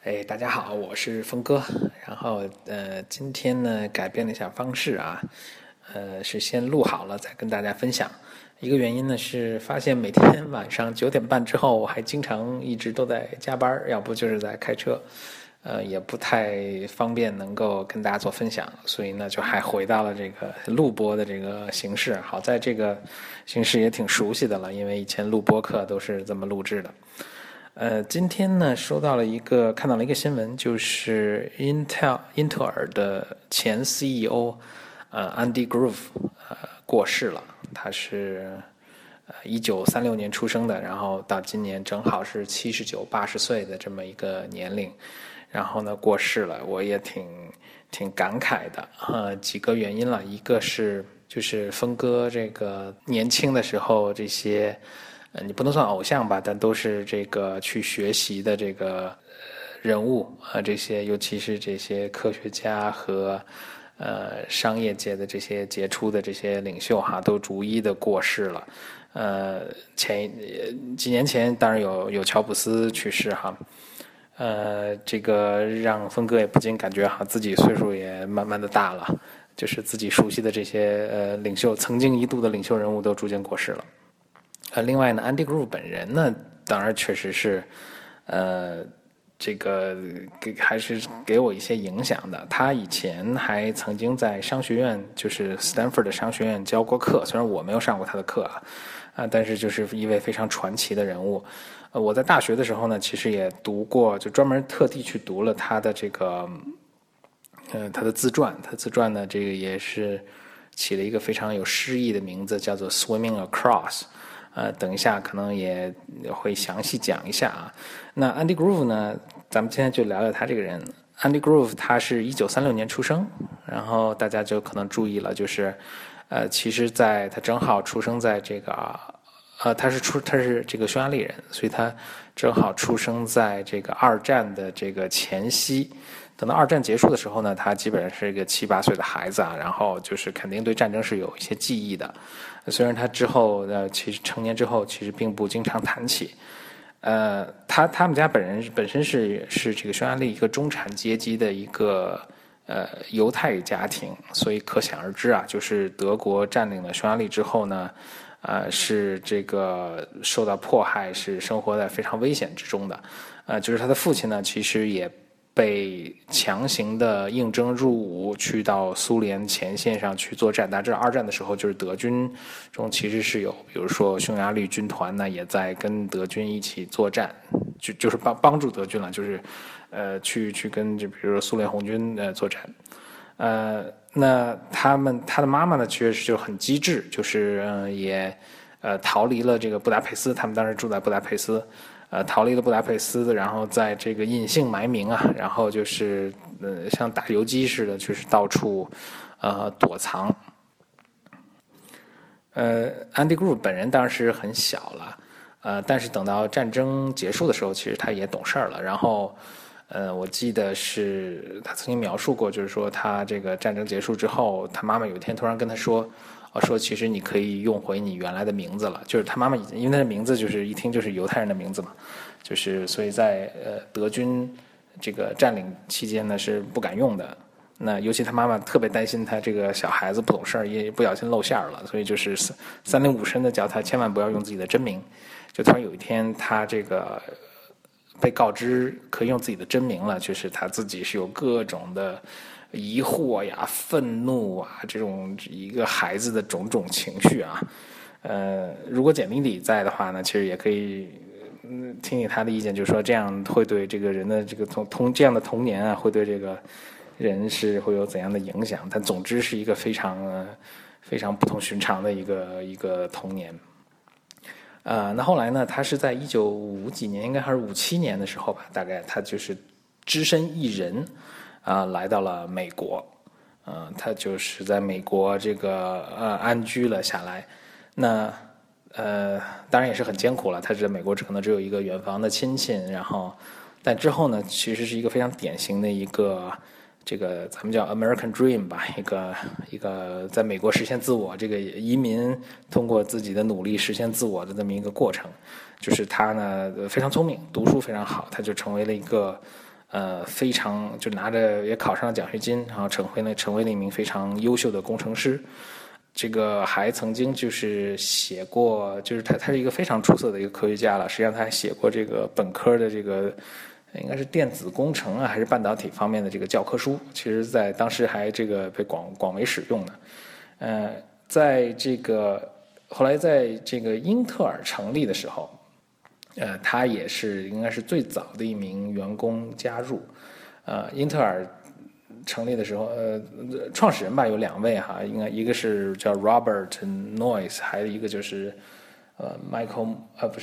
大家好，我是峰哥。然后今天呢改变了一下方式啊，是先录好了再跟大家分享。一个原因呢是发现每天晚上9点半之后，我还经常一直都在加班，要不就是在开车，也不太方便能够跟大家做分享，所以呢就还回到了这个录播的这个形式。好在这个形式也挺熟悉的了，因为以前录播客都是这么录制的。今天呢，看到了一个新闻，就是英特尔的前 CEO Andy Grove 过世了。他是1936年出生的，然后到今年正好是79、80岁的这么一个年龄，然后呢过世了，我也挺感慨的。几个原因了，一个是就是峰哥这个年轻的时候这些。你不能算偶像吧，但都是这个去学习的这个人物啊，这些尤其是这些科学家和商业界的这些杰出的这些领袖哈，都逐一的过世了。几年前当然有乔布斯去世哈，这个让峰哥也不禁感觉哈自己岁数也慢慢的大了，就是自己熟悉的这些领袖，曾经一度的领袖人物都逐渐过世了。另外呢，Andy Grove 本人呢，当然确实是，这个还是给我一些影响的。他以前还曾经在商学院，就是斯坦福的商学院教过课，虽然我没有上过他的课但是就是一位非常传奇的人物。我在大学的时候呢，其实也读过，就专门特地去读了他的这个，他的自传。他自传呢，这个也是起了一个非常有诗意的名字，叫做 Swimming Across。等一下可能也会详细讲一下啊。那 Andy Grove 呢，咱们今天就聊聊他这个人。Andy Grove 他是1936年出生，然后大家就可能注意了，就是其实他正好出生在这个他是这个匈牙利人，所以他正好出生在这个二战的这个前夕。等到二战结束的时候呢，他基本上是一个7、8岁的孩子啊，然后就是肯定对战争是有一些记忆的。虽然他之后其实成年之后其实并不经常谈起。他们家本身是这个匈牙利一个中产阶级的一个犹太家庭，所以可想而知啊，就是德国占领了匈牙利之后呢，是这个受到迫害，是生活在非常危险之中的。就是他的父亲呢，其实也被强行的应征入伍，去到苏联前线上去作战。大家知道二战的时候，就是德军中其实是有，比如说匈牙利军团呢，也在跟德军一起作战，就是帮助德军了，就是去跟比如说苏联红军作战。那他的妈妈呢，确实就很机智，就是也逃离了这个布达佩斯，他们当时住在布达佩斯。逃离了布达佩斯，然后在这个隐姓埋名啊，然后就是像打游击似的，就是到处躲藏。Andy Grove 本人当时很小了，但是等到战争结束的时候，其实他也懂事了。然后我记得是他曾经描述过，就是说他这个战争结束之后，他妈妈有一天突然跟他说其实你可以用回你原来的名字了。就是他妈妈因为他的名字就是一听就是犹太人的名字嘛，就是所以在德军这个占领期间呢是不敢用的。那尤其他妈妈特别担心他这个小孩子不懂事也不小心露馅了，所以就是三令五申的叫他千万不要用自己的真名。就突然有一天他这个被告知可以用自己的真名了，就是他自己是有各种的疑惑呀、愤怒啊，这种一个孩子的种种情绪啊。如果简历里在的话呢，其实也可以听听他的意见，就是说这样会对这个人的这个这样的童年啊，会对这个人是会有怎样的影响。但总之是一个非常不同寻常的一个童年。那后来呢，他是在1950几年，应该还是57年的时候吧，大概他就是只身一人来到了美国。他就是在美国这个安居了下来。那当然也是很艰苦了，他在美国可能只有一个远房的亲戚，然后但之后呢，其实是一个非常典型的一个这个咱们叫 American Dream 吧，一个在美国实现自我，这个移民通过自己的努力实现自我的这么一个过程。就是他呢非常聪明，读书非常好，他就成为了一个非常就拿着也考上了奖学金，然后成为了一名非常优秀的工程师。这个还曾经就是写过，就是他是一个非常出色的一个科学家了。实际上他还写过这个本科的这个应该是电子工程啊还是半导体方面的这个教科书，其实在当时还这个被广为使用的。在这个后来在这个英特尔成立的时候，他也是应该是最早的一名员工加入。英特尔成立的时候，创始人吧有2位哈，应该一个是叫 Robert Noyce， 还有一个就是Michael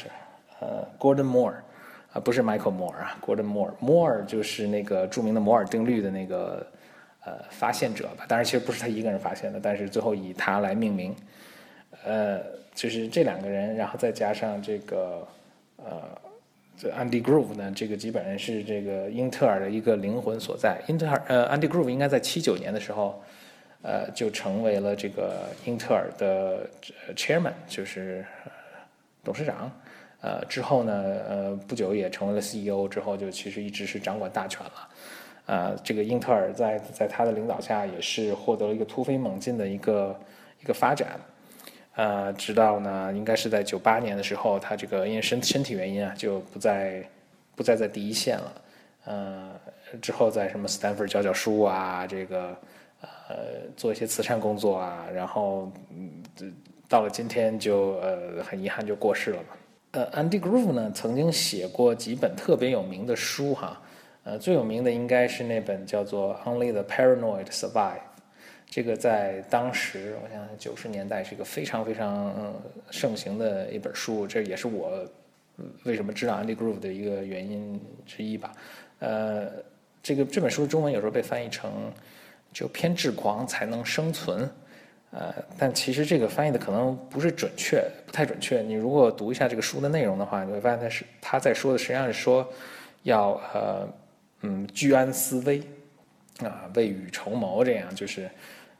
Gordon Moore 不是 Michael Moore 啊 ，Gordon Moore 就是那个著名的摩尔定律的那个发现者吧，当然其实不是他一个人发现的，但是最后以他来命名。就是这2个人，然后再加上这个这 Andy Grove 呢，这个基本上是这个英特尔的一个灵魂所在。Andy Grove 应该在79年的时候，就成为了这个英特尔的chairman， 就是董事长。之后呢，不久也成为了 CEO， 之后就其实一直是掌管大权了。这个英特尔在他的领导下，也是获得了一个突飞猛进的一个发展。直到呢，应该是在98年的时候，他这个因为身体原因啊，就不再在第一线了。之后在什么斯坦福教书啊，这个做一些慈善工作啊，然后到了今天就很遗憾就过世了嘛。Andy Grove 呢曾经写过几本特别有名的书哈，最有名的应该是那本叫做《Only the Paranoid Survive》。这个在当时，我想90年代是一个非常非常盛行的一本书，这也是我为什么知道 Andy Grove 的一个原因之一吧。这本书中文有时候被翻译成就偏执狂才能生存，但其实这个翻译的可能不太准确。你如果读一下这个书的内容的话，你会发现他在说的实际上是说要居安思危未雨绸缪，这样就是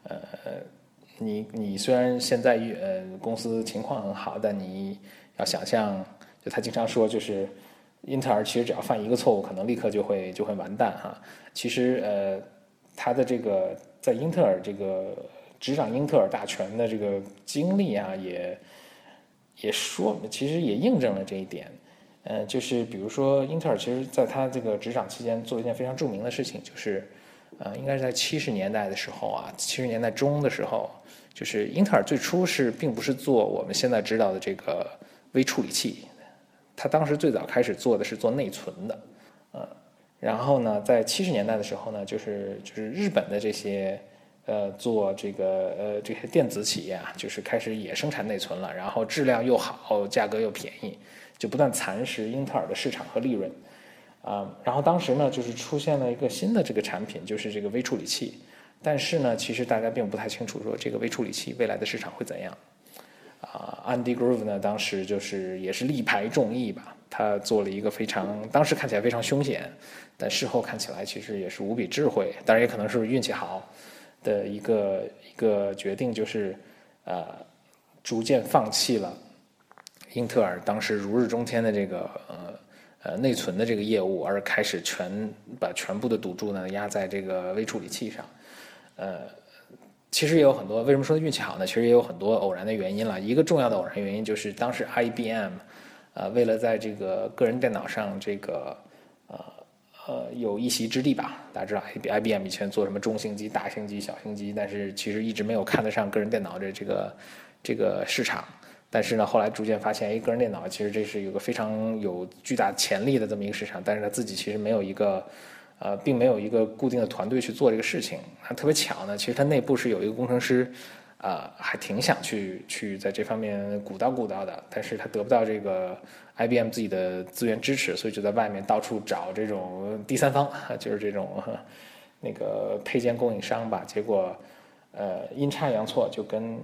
你虽然现在公司情况很好，但你要想象，就他经常说，就是英特尔其实只要犯一个错误，可能立刻就会完蛋哈。其实他的这个在英特尔这个执掌英特尔大权的这个经历啊，也说其实也印证了这一点。就是比如说英特尔其实在他这个执掌期间做了一件非常著名的事情，就是应该是在70年代的时候啊，70年代中的时候，就是英特尔最初并不是做我们现在知道的这个微处理器，他当时最早开始做的是做内存的，然后呢，在70年代的时候呢，就是日本的这些做这些电子企业啊，就是开始也生产内存了，然后质量又好，价格又便宜，就不断蚕食英特尔的市场和利润。然后当时呢，就是出现了一个新的这个产品，就是这个微处理器。但是呢，其实大家并不太清楚说这个微处理器未来的市场会怎样。Andy Grove 呢，当时也是力排众议吧，他做了一个当时看起来非常凶险，但事后看起来其实也是无比智慧，当然也可能是运气好的一个决定，就是逐渐放弃了英特尔当时如日中天的这个内存的这个业务，而开始把全部的赌注呢压在这个微处理器上。其实也有很多，为什么说运气好呢？其实也有很多偶然的原因了。一个重要的偶然原因就是当时 IBM 为了在这个个人电脑上这个有一席之地吧。大家知道 IBM 以前做什么中型机、大型机、小型机，但是其实一直没有看得上个人电脑的这个市场。但是呢，后来逐渐发现，个人电脑其实这是有个非常有巨大潜力的这么一个市场，但是他自己其实并没有一个固定的团队去做这个事情。特别巧呢，其实他内部是有一个工程师，还挺想去在这方面鼓捣的，但是他得不到这个 IBM 自己的资源支持，所以就在外面到处找这种第三方，就是这种那个配件供应商吧。结果阴差阳错就跟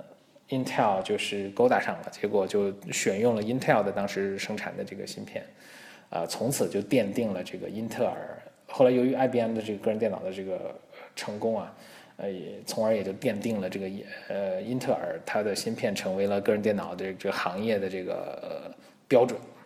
Intel 就是勾搭上了，结果就选用了 Intel 的当时生产的这个芯片，从此就奠定了这个英特尔。后来由于 IBM 的这个个人电脑的这个成功啊，从而也就奠定了这个英特尔它的芯片成为了个人电脑的这个行业的这个标准。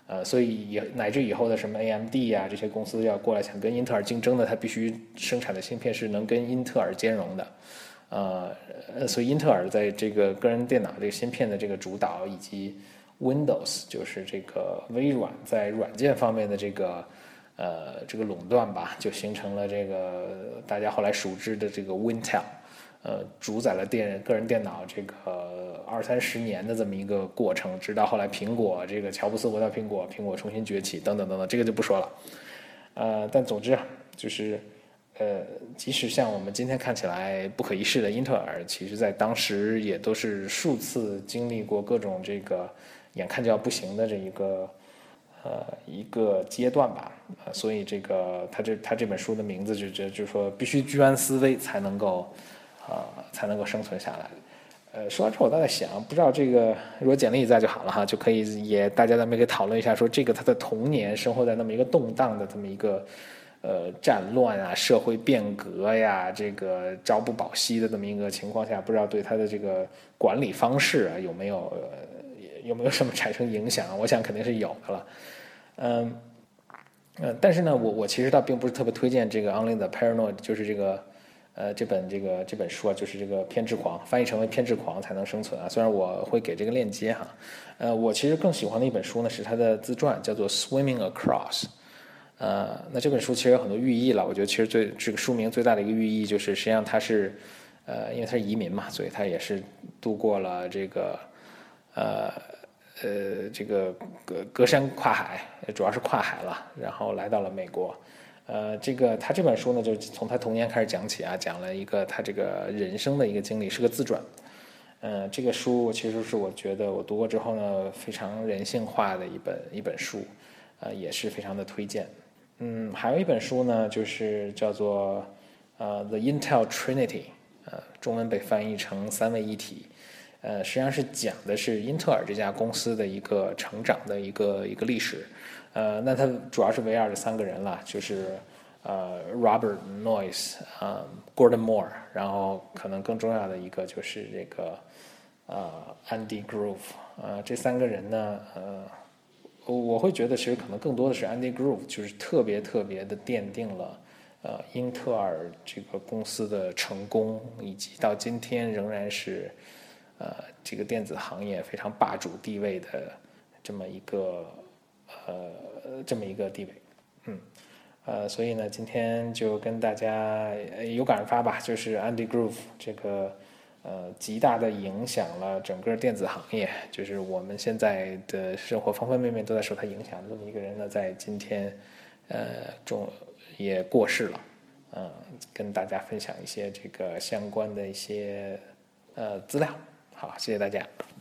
所以乃至以后的什么 AMD 呀这些公司要过来想跟英特尔竞争的，它必须生产的芯片是能跟英特尔兼容的，所以英特尔在这个个人电脑这个芯片的这个主导，以及 Windows 就是这个微软在软件方面的这个垄断吧，就形成了这个大家后来熟知的这个 Wintel。主宰了个人电脑这个20-30年的这么一个过程，直到后来苹果这个乔布斯回到苹果重新崛起等等等等，这个就不说了。但总之就是即使像我们今天看起来不可一世的英特尔，其实在当时也都是数次经历过各种这个眼看就要不行的这一个阶段吧。所以这个他这本书的名字就是说必须居安思危才能够生存下来。说完之后我倒在想，不知道这个如果简历在就好了哈，就可以大家咱们可以讨论一下，说这个他的童年生活在那么一个动荡的这么一个战乱啊、社会变革呀、这个朝不保夕的这么一个情况下，不知道对他的这个管理方式有没有什么产生影响？我想肯定是有的了。但是呢，我其实倒并不是特别推荐这个 Only the Paranoid， 就是这个这本书啊，就是这个偏执狂，翻译成为偏执狂才能生存啊。虽然我会给这个链接哈，我其实更喜欢的一本书呢是他的自传，叫做 Swimming Across。那这本书其实有很多寓意了，我觉得其实这个书名最大的一个寓意就是，实际上他是因为他是移民嘛，所以他也是度过了这个这个隔山跨海，主要是跨海了，然后来到了美国。他这本书呢，就是从他童年开始讲起啊，讲了一个他这个人生的一个经历，是个自传。这个书其实是我觉得我读过之后呢，非常人性化的一本书，也是非常的推荐。还有一本书呢，就是叫做The Intel Trinity，中文被翻译成三位一体。实际上是讲的是英特尔这家公司的一个成长的一个历史。那它主要是围绕着三个人了，就是Robert Noyce、Gordon Moore， 然后可能更重要的一个就是这个Andy Grove。这三个人呢，我会觉得其实可能更多的是 Andy Grove， 就是特别的奠定了英特尔这个公司的成功，以及到今天仍然是这个电子行业非常霸主地位的这么一个地位。所以呢，今天就跟大家有感而发吧，就是 Andy Grove 这个极大的影响了整个电子行业，就是我们现在的生活方方面面都在受他影响的这么一个人呢，在今天也过世了。跟大家分享一些这个相关的一些资料。好，谢谢大家。